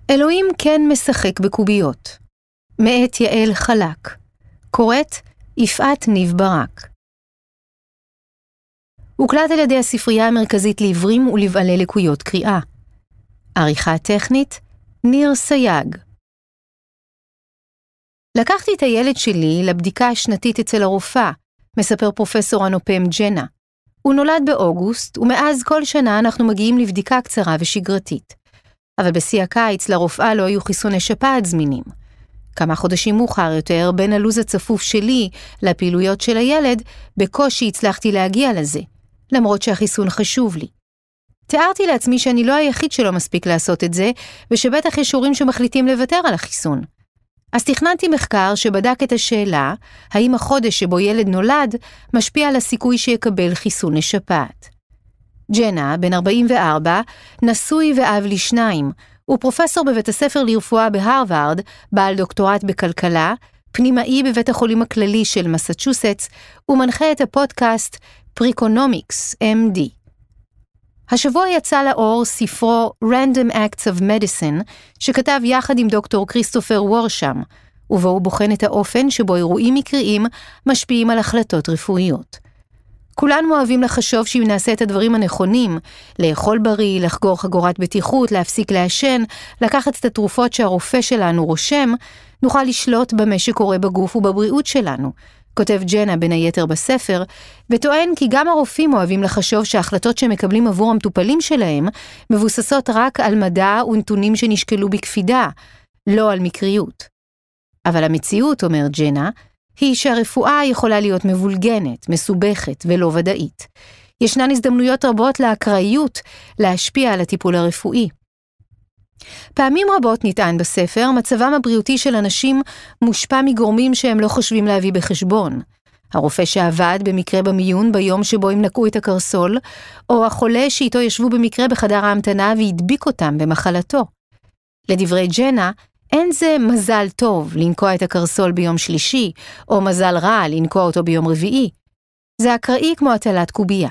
אלוהים כן משחק בקוביות. מאת יעל חלק. קוראת יפעת ניב ברק. הוקלט על ידי הספרייה המרכזית לעיוורים ולבעלי לקויות קריאה. עריכה טכנית, ניר סייג. לקחתי את הילד שלי לבדיקה השנתית אצל הרופאה, מספר פרופסור אנופם ג'נה. הוא נולד באוגוסט, ומאז כל שנה אנחנו מגיעים לבדיקה קצרה ושגרתית. אבל בשיא הקיץ לרופאה לא היו חיסוני שפעת זמינים. כמה חודשים מאוחר יותר, בין הלוז הצפוף שלי לפעילויות של הילד, בקושי הצלחתי להגיע לזה, למרות שהחיסון חשוב לי. תיארתי לעצמי שאני לא היחיד שלא מספיק לעשות את זה, ושבטח יש הורים שמחליטים לוותר על החיסון. אז תכננתי מחקר שבדק את השאלה, האם החודש שבו ילד נולד משפיע על הסיכוי שיקבל חיסון לשפעת. ג'נה, בן 44, נשוי ואב לשניים, הוא פרופסור בבית הספר לרפואה בהרווארד, בעל דוקטורט בכלכלה, פנימאי בבית החולים הכללי של מסצ'וסטס, ומנחה את הפודקאסט פריקונומיקס, MD. השבוע יצא לאור ספרו Random Acts of Medicine, שכתב יחד עם דוקטור כריסטופר וורשם, ובו הוא בוחן את האופן שבו אירועים מקריים משפיעים על החלטות רפואיות. כולנו אוהבים לחשוב שאם נעשה את הדברים הנכונים, לאכול בריא, לחגור חגורת בטיחות, להפסיק לעשן, לקחת את התרופות שהרופא שלנו רושם, נוכל לשלוט במה שקורה בגוף ובבריאות שלנו, כותב ג'נה בין היתר בספר, וטוען כי גם הרופאים אוהבים לחשוב שההחלטות שמקבלים עבור המטופלים שלהם מבוססות רק על מדע ונתונים שנשקלו בקפידה, לא על מקריות. אבל המציאות, אומר ג'נה, היא שהרפואה יכולה להיות מבולגנת, מסובכת ולא ודאית. ישנן הזדמנויות רבות לאקראיות להשפיע על הטיפול הרפואי. פעמים רבות נטען בספר, מצבם הבריאותי של אנשים מושפע מגורמים שהם לא חושבים להביא בחשבון. הרופא שעבד במקרה במיון ביום שבו הם נקעו את הקרסול, או החולה שאיתו ישבו במקרה בחדר ההמתנה והדביק אותם במחלתו. לדברי ג'נה, אין זה מזל טוב לנקוע את הקרסול ביום שלישי, או מזל רע לנקוע אותו ביום רביעי. זה אקראי כמו הטלת קובייה.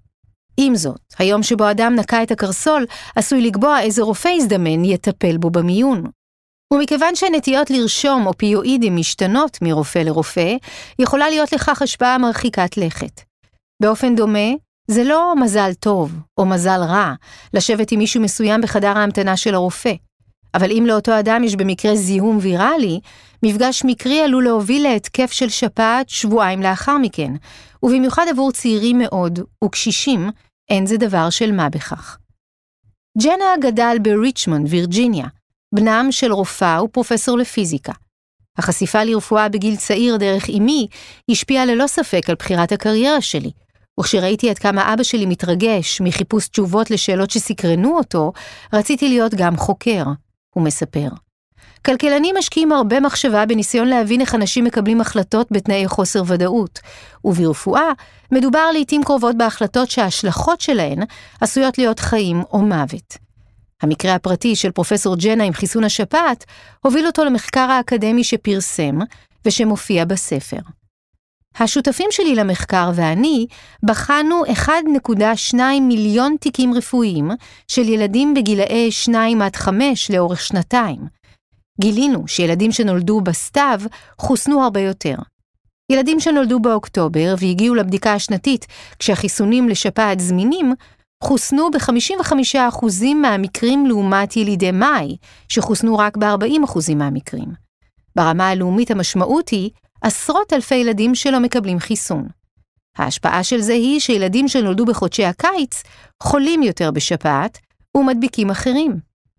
עם זאת, היום שבו אדם נקע את הקרסול, עשוי לקבוע איזה רופא יזדמן יטפל בו במיון. ומכיוון שהנטיות לרשום אופיואידים משתנות מרופא לרופא, יכולה להיות לכך השפעה מרחיקת לכת. באופן דומה, זה לא מזל טוב או מזל רע לשבת עם מישהו מסוים בחדר ההמתנה של הרופא. אבל אם לאותו אדם יש במקרה זיהום ויראלי, מפגש מקרי עלול להוביל להתקף של שפעת שבועיים לאחר מכן, ובמיוחד עבור צעירים מאוד וקשישים, אין זה דבר של מה בכך. ג'נה גדל בריצ'מונד, וירג'יניה, בנם של רופאה ופרופסור לפיזיקה. החשיפה לרפואה בגיל צעיר דרך אמי השפיעה ללא ספק על בחירת הקריירה שלי, וכשראיתי עד כמה אבא שלי מתרגש מחיפוש תשובות לשאלות שסקרנו אותו, רציתי להיות גם חוקר. הוא מספר. כלכלנים משקיעים הרבה מחשבה בניסיון להבין איך אנשים מקבלים החלטות בתנאי חוסר ודאות, וברפואה מדובר לעתים קרובות בהחלטות שההשלכות שלהן עשויות להיות חיים או מוות. המקרה הפרטי של פרופסור ג'נה עם חיסון השפעת הוביל אותו למחקר האקדמי שפרסם ושמופיע בספר. השותפים שלי למחקר ואני בחנו 1.2 מיליון תיקים רפואיים של ילדים בגילאי 2-5 לאורך שנתיים. גילינו שילדים שנולדו בסתיו חוסנו הרבה יותר. ילדים שנולדו באוקטובר והגיעו לבדיקה השנתית כשהחיסונים לשפעת זמינים, חוסנו ב-55% מהמקרים לעומת ילידי מאי, שחוסנו רק ב-40% מהמקרים. ברמה הלאומית המשמעות היא עשרות אלפי ילדים שלא מקבלים חיסון. ההשפעה של זה היא שילדים שנולדו בחודשי הקיץ חולים יותר בשפעת ומדביקים אחרים.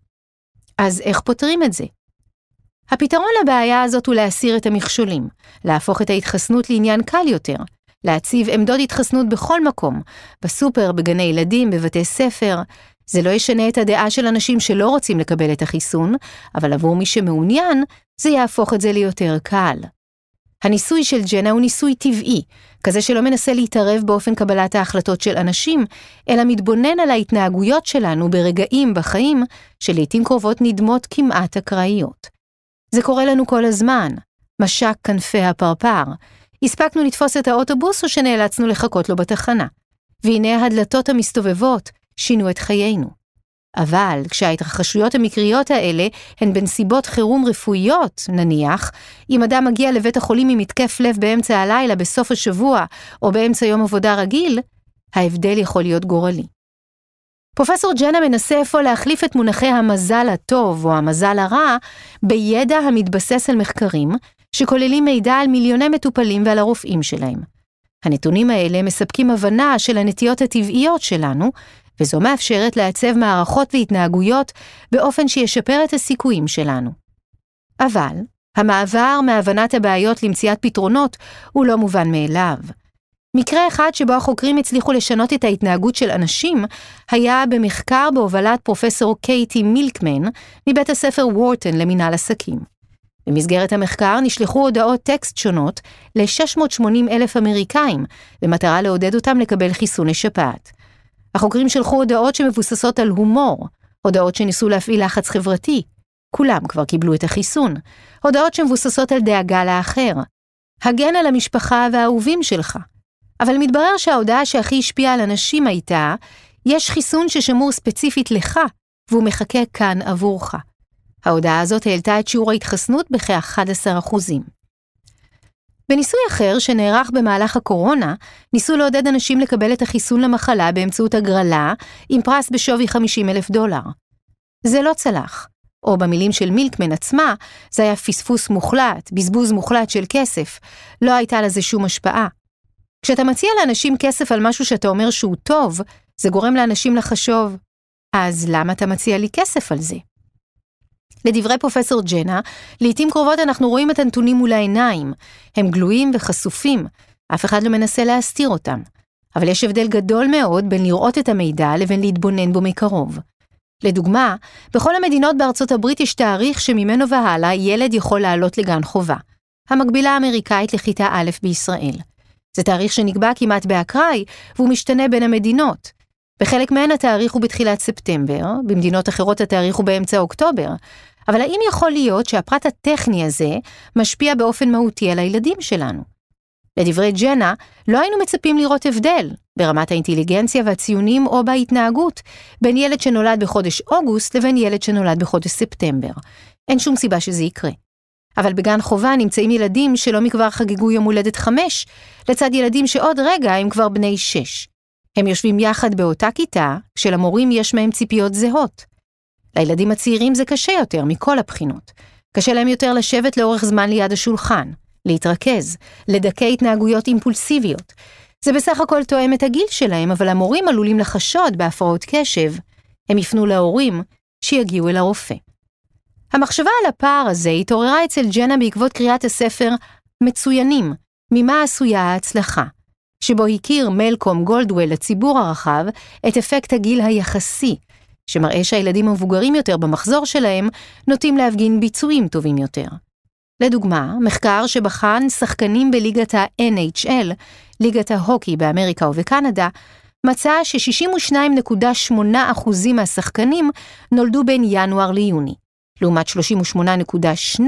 אז איך פותרים את זה? הפתרון לבעיה הזאת הוא להסיר את המכשולים, להפוך את ההתחסנות לעניין קל יותר, להציב עמדות התחסנות בכל מקום, בסופר, בגני ילדים, בבתי ספר. זה לא ישנה את הדעה של אנשים שלא רוצים לקבל את החיסון, אבל עבור מי שמעוניין, זה יהפוך את זה ליותר קל. הניסוי של ג'נה הוא ניסוי טבעי, כזה שלא מנסה להתערב באופן קבלת ההחלטות של אנשים, אלא מתבונן על ההתנהגויות שלנו ברגעים בחיים, שלעיתים קרובות נדמות כמעט אקראיות. זה קורה לנו כל הזמן, משק כנפי הפרפר, הספקנו לתפוס את האוטובוס או שנאלצנו לחכות לו בתחנה, והנה הדלתות המסתובבות שינו את חיינו. אבל כשההתרחשויות המקריות האלה הן בנסיבות חירום רפואיות, נניח, אם אדם מגיע לבית החולים עם התקף לב באמצע הלילה, בסוף השבוע, או באמצע יום עבודה רגיל, ההבדל יכול להיות גורלי. פרופסור ג'נה מנסה אפוא להחליף את מונחי המזל הטוב או המזל הרע בידע המתבסס על מחקרים שכוללים מידע על מיליוני מטופלים ועל הרופאים שלהם. הנתונים האלה מספקים הבנה של הנטיות הטבעיות שלנו, וזו מאפשרת לעצב מערכות והתנהגויות באופן שישפר את הסיכויים שלנו. אבל המעבר מהבנת הבעיות למציאת פתרונות הוא לא מובן מאליו. מקרה אחד שבו החוקרים הצליחו לשנות את ההתנהגות של אנשים היה במחקר בהובלת פרופסור קייטי מילקמן מבית הספר וורטון למינהל עסקים. במסגרת המחקר נשלחו הודעות טקסט שונות ל-680,000 אמריקאים במטרה לעודד אותם לקבל חיסון לשפעת. החוקרים שלחו הודעות שמבוססות על הומור, הודעות שניסו להפעיל לחץ חברתי, כולם כבר קיבלו את החיסון, הודעות שמבוססות על דאגה לאחר, הגן על המשפחה והאהובים שלך. אבל מתברר שההודעה שהכי השפיעה על אנשים הייתה, יש חיסון ששמור ספציפית לך, והוא מחכה כאן עבורך. ההודעה הזאת העלתה את שיעור ההתחסנות בכ-11%. בניסוי אחר שנערך במהלך הקורונה, ניסו לעודד אנשים לקבל את החיסון למחלה באמצעות הגרלה, עם פרס בשווי $50,000. זה לא צלח, או במילים של מילקמן עצמה, זה היה פספוס מוחלט, בזבוז מוחלט של כסף, לא הייתה לזה שום השפעה. כשאתה מציע לאנשים כסף על משהו שאתה אומר שהוא טוב, זה גורם לאנשים לחשוב, אז למה אתה מציע לי כסף על זה? לדברי פרופסור ג'נה, לעתים קרובות אנחנו רואים את הנתונים מול העיניים, הם גלויים וחשופים, אף אחד לא מנסה להסתיר אותם, אבל יש הבדל גדול מאוד בין לראות את המידע לבין להתבונן בו מקרוב. לדוגמה, בכל המדינות בארצות הברית יש תאריך שממנו והלאה ילד יכול לעלות לגן חובה, המקבילה האמריקאית לכיתה א' בישראל. זה תאריך שנקבע כמעט באקראי, והוא משתנה בין המדינות. בחלק מהן התאריך הוא בתחילת ספטמבר, במדינות אחרות התאריך הוא באמצע אוקטובר, אבל האם יכול להיות שהפרט הטכני הזה משפיע באופן מהותי על הילדים שלנו? לדברי ג'נה, לא היינו מצפים לראות הבדל, ברמת האינטליגנציה והציונים או בהתנהגות, בין ילד שנולד בחודש אוגוסט לבין ילד שנולד בחודש ספטמבר. אין שום סיבה שזה יקרה. אבל בגן חובה נמצאים ילדים שלא מכבר חגגו יום הולדת 5, לצד ילדים שעוד רגע הם כבר בני 6. הם יושבים יחד באותה כיתה, כשלמורים יש מהם ציפיות זהות. לילדים הצעירים זה קשה יותר מכל הבחינות. קשה להם יותר לשבת לאורך זמן ליד השולחן, להתרכז, לדכא התנהגויות אימפולסיביות. זה בסך הכל תואם את הגיל שלהם, אבל המורים עלולים לחשוד בהפרעות קשב. הם יפנו להורים שיגיעו אל הרופא. המחשבה על הפער הזה התעוררה אצל ג'נה בעקבות קריאת הספר מצוינים, ממה עשויה ההצלחה, שבו הכיר מלקום גולדוול לציבור הרחב את אפקט הגיל היחסי, שמראה שהילדים המבוגרים יותר במחזור שלהם נוטים להפגין ביצועים טובים יותר. לדוגמה, מחקר שבחן שחקנים בליגת ה-NHL, ליגת ההוקי באמריקה ובקנדה, מצא ש62.8% מהשחקנים נולדו בין ינואר ליוני, לעומת 38.2%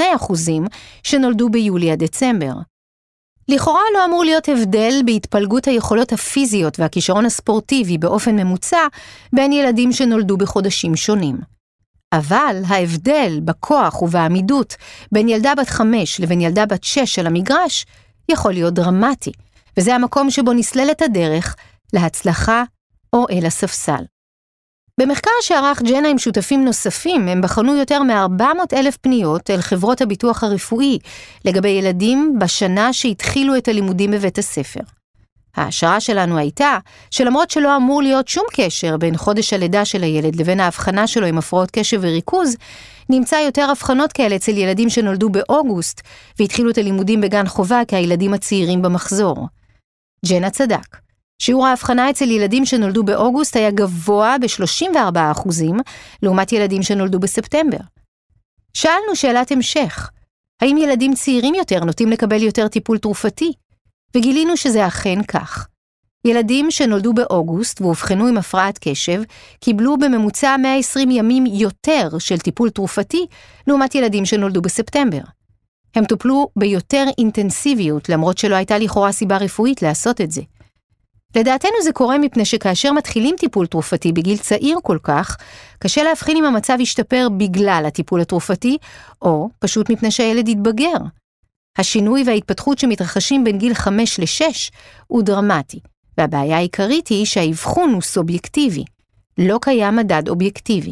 שנולדו ביולי עד דצמבר. לכאורה לא אמור להיות הבדל בהתפלגות היכולות הפיזיות והכישרון הספורטיבי באופן ממוצע בין ילדים שנולדו בחודשים שונים. אבל ההבדל בכוח ובעמידות בין ילדה בת 5 לבין ילדה בת 6 של המגרש יכול להיות דרמטי, וזה המקום שבו נסללת הדרך להצלחה או אל הספסל. במחקר שערך ג'נה עם שותפים נוספים, הם בחנו יותר מ-400,000 פניות אל חברות הביטוח הרפואי לגבי ילדים בשנה שהתחילו את הלימודים בבית הספר. ההשערה שלנו הייתה שלמרות שלא אמור להיות שום קשר בין חודש הלידה של הילד לבין ההבחנה שלו עם הפרעות קשב וריכוז, נמצא יותר הבחנות כאלה אצל ילדים שנולדו באוגוסט והתחילו את הלימודים בגן חובה כהילדים הצעירים במחזור. ג'נה צדק. שיעור ההבחנה אצל ילדים שנולדו באוגוסט היה גבוה ב-34%, לעומת ילדים שנולדו בספטמבר. שאלנו שאלת המשך, האם ילדים צעירים יותר נוטים לקבל יותר טיפול תרופתי? וגילינו שזה אכן כך. ילדים שנולדו באוגוסט והובחנו עם הפרעת קשב, קיבלו בממוצע 120 ימים יותר של טיפול תרופתי, לעומת ילדים שנולדו בספטמבר. הם טופלו ביותר אינטנסיביות, למרות שלא הייתה לכאורה סיבה רפואית לעשות את זה. לדעתנו זה קורה מפני שכאשר מתחילים טיפול תרופתי בגיל צעיר כל כך, קשה להבחין אם המצב ישתפר בגלל הטיפול התרופתי, או פשוט מפני שהילד יתבגר. השינוי וההתפתחות שמתרחשים בין גיל 5 ל-6 הוא דרמטי, והבעיה העיקרית היא שהאבחון הוא סובייקטיבי, לא קיים מדד אובייקטיבי.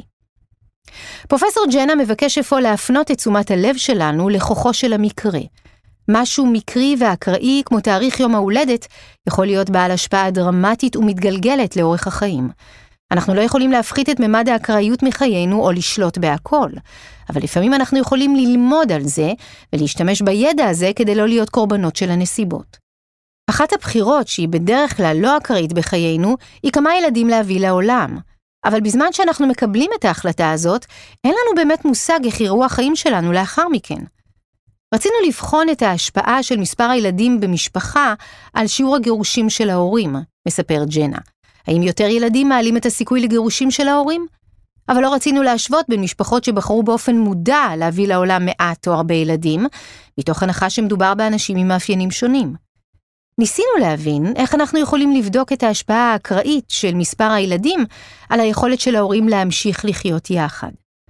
פרופסור ג'נה מבקש אפוא להפנות את תשומת הלב שלנו לכוחו של המקרה. משהו מקרי ואקראי כמו תאריך יום ההולדת יכול להיות בעל השפעה דרמטית ומתגלגלת לאורך החיים. אנחנו לא יכולים להפחית את ממד האקראיות מחיינו או לשלוט בהכל, אבל לפעמים אנחנו יכולים ללמוד על זה ולהשתמש בידע הזה כדי לא להיות קורבנות של הנסיבות. אחת הבחירות שהיא בדרך כלל לא אקראית בחיינו היא כמה ילדים להביא לעולם. אבל בזמן שאנחנו מקבלים את ההחלטה הזאת, אין לנו באמת מושג איך יראו החיים שלנו לאחר מכן. רצינו לבחון את ההשפעה של מספר הילדים במשפחה על שיעור הגירושים של ההורים, מספר ג'נה. האם יותר ילדים מעלים את הסיכוי לגירושים של ההורים? אבל לא רצינו להשוות בין משפחות שבחרו באופן מודע להביא לעולם מעט או הרבה ילדים, מתוך הנחה שמדובר באנשים עם מאפיינים שונים. ניסינו להבין איך אנחנו יכולים לבדוק את ההשפעה האקראית של מספר הילדים על היכולת של ההורים להמשיך לחיות יחד.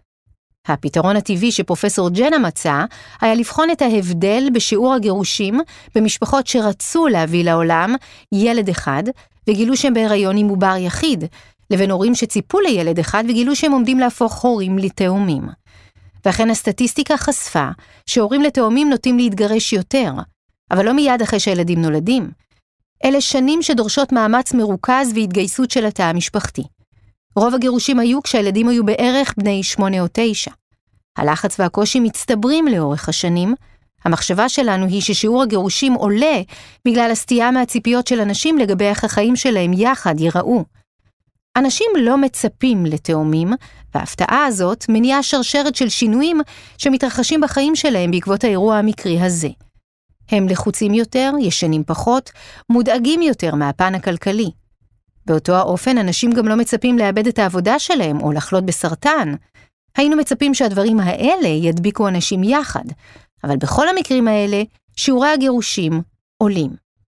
הפתרון הטבעי שפרופסור ג'נה מצא היה לבחון את ההבדל בשיעור הגירושים במשפחות שרצו להביא לעולם ילד אחד וגילו שהם בהיריון עם עובר יחיד, לבין הורים שציפו לילד אחד וגילו שהם עומדים להפוך הורים לתאומים. ואכן הסטטיסטיקה חשפה שהורים לתאומים נוטים להתגרש יותר, אבל לא מיד אחרי שהילדים נולדים. אלה שנים שדורשות מאמץ מרוכז והתגייסות של התא המשפחתי. רוב הגירושים היו כשהילדים היו בערך בני 8 או 9. הלחץ והקושי מצטברים לאורך השנים. המחשבה שלנו היא ששיעור הגירושים עולה בגלל הסטייה מהציפיות של אנשים לגבי איך החיים שלהם יחד ייראו. אנשים לא מצפים לתאומים, וההפתעה הזאת מניעה שרשרת של שינויים שמתרחשים בחיים שלהם בעקבות האירוע המקרי הזה. הם לחוצים יותר, ישנים פחות, מודאגים יותר מהפן הכלכלי. באותו האופן, אנשים גם לא מצפים לאבד את העבודה שלהם או לחלות בסרטן. היינו מצפים שהדברים האלה ידביקו אנשים יחד, אבל בכל המקרים האלה, שיעורי הגירושים עולים.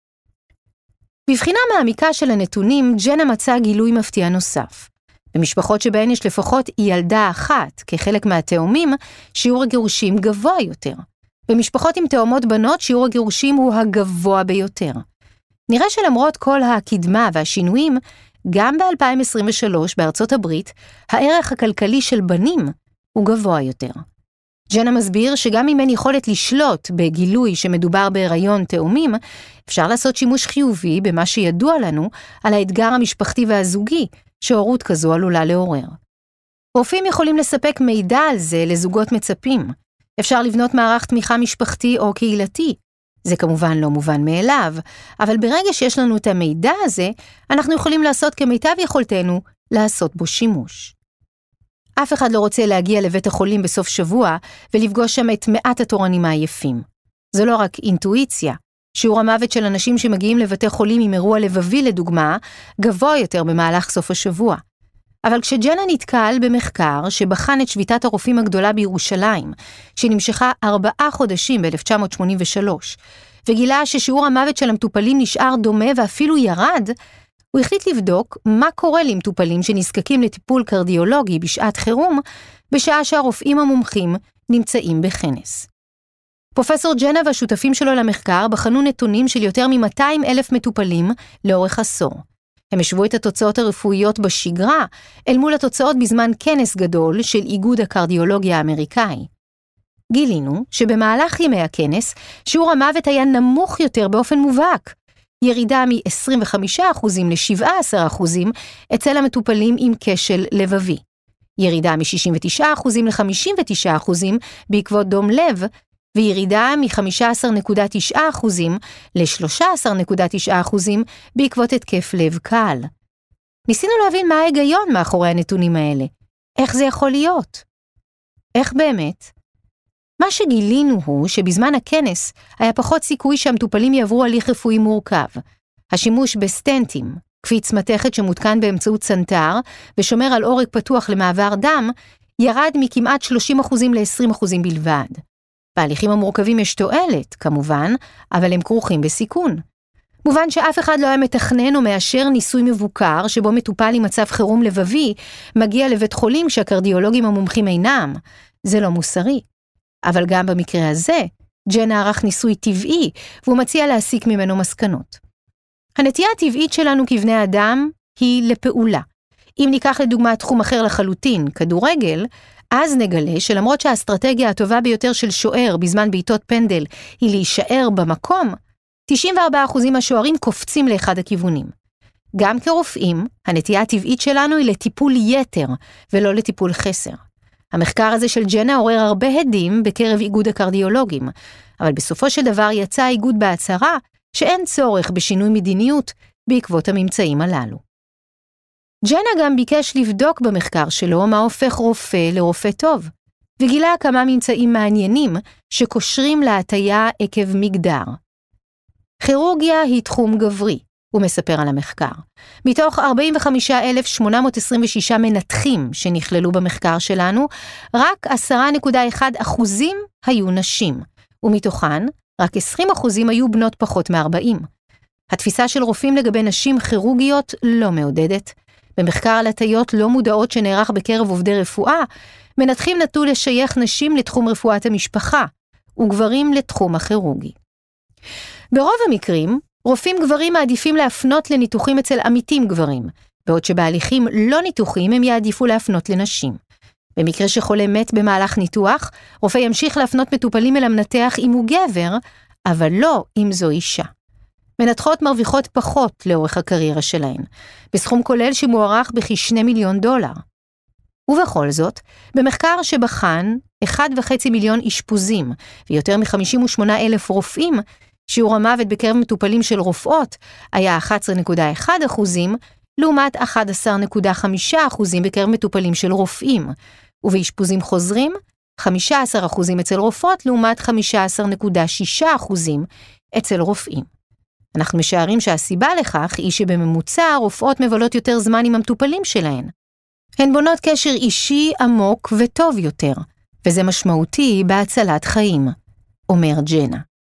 בבחינה מעמיקה של הנתונים, ג'נה מצא גילוי מפתיע נוסף. במשפחות שבהן יש לפחות ילדה אחת, כחלק מהתאומים, שיעור הגירושים גבוה יותר. במשפחות עם תאומות בנות, שיעור הגירושים הוא הגבוה ביותר. נראה שלמרות כל הקדמה והשינויים, גם ב-2023 בארצות הברית, הערך הכלכלי של בנים הוא גבוה יותר. ג'נה מסביר שגם אם אין יכולת לשלוט בגילוי שמדובר בהיריון תאומים, אפשר לעשות שימוש חיובי במה שידוע לנו על האתגר המשפחתי והזוגי שהורות כזו עלולה לעורר. רופאים יכולים לספק מידע על זה לזוגות מצפים. אפשר לבנות מערך תמיכה משפחתי או קהילתי. זה כמובן לא מובן מאליו, אבל ברגע שיש לנו את המידע הזה, אנחנו יכולים לעשות כמיטב יכולתנו לעשות בו שימוש. אף אחד לא רוצה להגיע לבית החולים בסוף שבוע ולפגוש שם את מעט התורנים העייפים. זו לא רק אינטואיציה. שיעור המוות של אנשים שמגיעים לבתי חולים עם אירוע לבבי לדוגמה, גבוה יותר במהלך סוף השבוע. אבל כשג'נה נתקל במחקר שבחן את שביתת הרופאים הגדולה בירושלים, שנמשכה 4 חודשים ב-1983, וגילה ששיעור המוות של המטופלים נשאר דומה ואפילו ירד, הוא החליט לבדוק מה קורה למטופלים שנזקקים לטיפול קרדיולוגי בשעת חירום, בשעה שהרופאים המומחים נמצאים בכנס. פרופסור ג'נה והשותפים שלו למחקר בחנו נתונים של יותר מ-200,000 מטופלים לאורך עשור. הם השוו את התוצאות הרפואיות בשגרה אל מול התוצאות בזמן כנס גדול של איגוד הקרדיולוגיה האמריקאי. גילינו שבמהלך ימי הכנס שיעור המוות היה נמוך יותר באופן מובהק, ירידה מ-25% ל-17% אצל המטופלים עם כשל לבבי, ירידה מ-69% ל-59% בעקבות דום לב, וירידה מ-15.9% ל-13.9% בעקבות התקף לב קל. ניסינו להבין מה ההיגיון מאחורי הנתונים האלה. איך זה יכול להיות? איך באמת? מה שגילינו הוא שבזמן הכנס היה פחות סיכוי שהמטופלים יעברו הליך רפואי מורכב. השימוש בסטנטים, קפיץ מתכת שמותקן באמצעות צנתר ושומר על עורק פתוח למעבר דם, ירד מכמעט 30% ל-20% בלבד. בהליכים המורכבים יש תועלת, כמובן, אבל הם כרוכים בסיכון. מובן שאף אחד לא היה מתכנן או מאשר ניסוי מבוקר שבו מטופל עם מצב חירום לבבי מגיע לבית חולים שהקרדיולוגים המומחים אינם. זה לא מוסרי. אבל גם במקרה הזה, ג'נה ערך ניסוי טבעי והוא מציע להסיק ממנו מסקנות. הנטייה הטבעית שלנו כבני אדם היא לפעולה. אם ניקח לדוגמה תחום אחר לחלוטין, כדורגל, אז נגלה שלמרות שהאסטרטגיה הטובה ביותר של שוער בזמן בעיטות פנדל היא להישאר במקום, 94% מהשוערים קופצים לאחד הכיוונים. גם כרופאים, הנטייה הטבעית שלנו היא לטיפול יתר ולא לטיפול חסר. המחקר הזה של ג'נה עורר הרבה הדים בקרב איגוד הקרדיולוגים, אבל בסופו של דבר יצא האיגוד בהצהרה שאין צורך בשינוי מדיניות בעקבות הממצאים הללו. ג'נה גם ביקש לבדוק במחקר שלו מה הופך רופא לרופא טוב, וגילה כמה ממצאים מעניינים שקושרים להטיה עקב מגדר. כירורגיה היא תחום גברי, הוא מספר על המחקר. מתוך 45,826 מנתחים שנכללו במחקר שלנו, רק 10.1% היו נשים, ומתוכן רק 20% היו בנות פחות מ-40. התפיסה של רופאים לגבי נשים כירורגיות לא מעודדת. במחקר על הטיות לא מודעות שנערך בקרב עובדי רפואה, מנתחים נטו לשייך נשים לתחום רפואת המשפחה, וגברים לתחום הכירורגי. ברוב המקרים, רופאים גברים מעדיפים להפנות לניתוחים אצל עמיתים גברים, בעוד שבהליכים לא ניתוחים הם יעדיפו להפנות לנשים. במקרה שחולה מת במהלך ניתוח, רופא ימשיך להפנות מטופלים אל המנתח אם הוא גבר, אבל לא אם זו אישה. מנתחות מרוויחות פחות לאורך הקריירה שלהן, בסכום כולל שמוערך בכ$2 מיליון. ובכל זאת, במחקר שבחן 1.5 מיליון אשפוזים ויותר מ-58,000 רופאים, שיעור המוות בקרב מטופלים של רופאות היה 11.1%, לעומת 11.5% בקרב מטופלים של רופאים, ובאשפוזים חוזרים 15% אצל רופאות לעומת 15.6% אצל רופאים. אנחנו משערים שהסיבה לכך היא שבממוצע רופאות מבלות יותר זמן עם המטופלים שלהן. הן בונות קשר אישי עמוק וטוב יותר, וזה משמעותי בהצלת חיים, אומר ג'נה.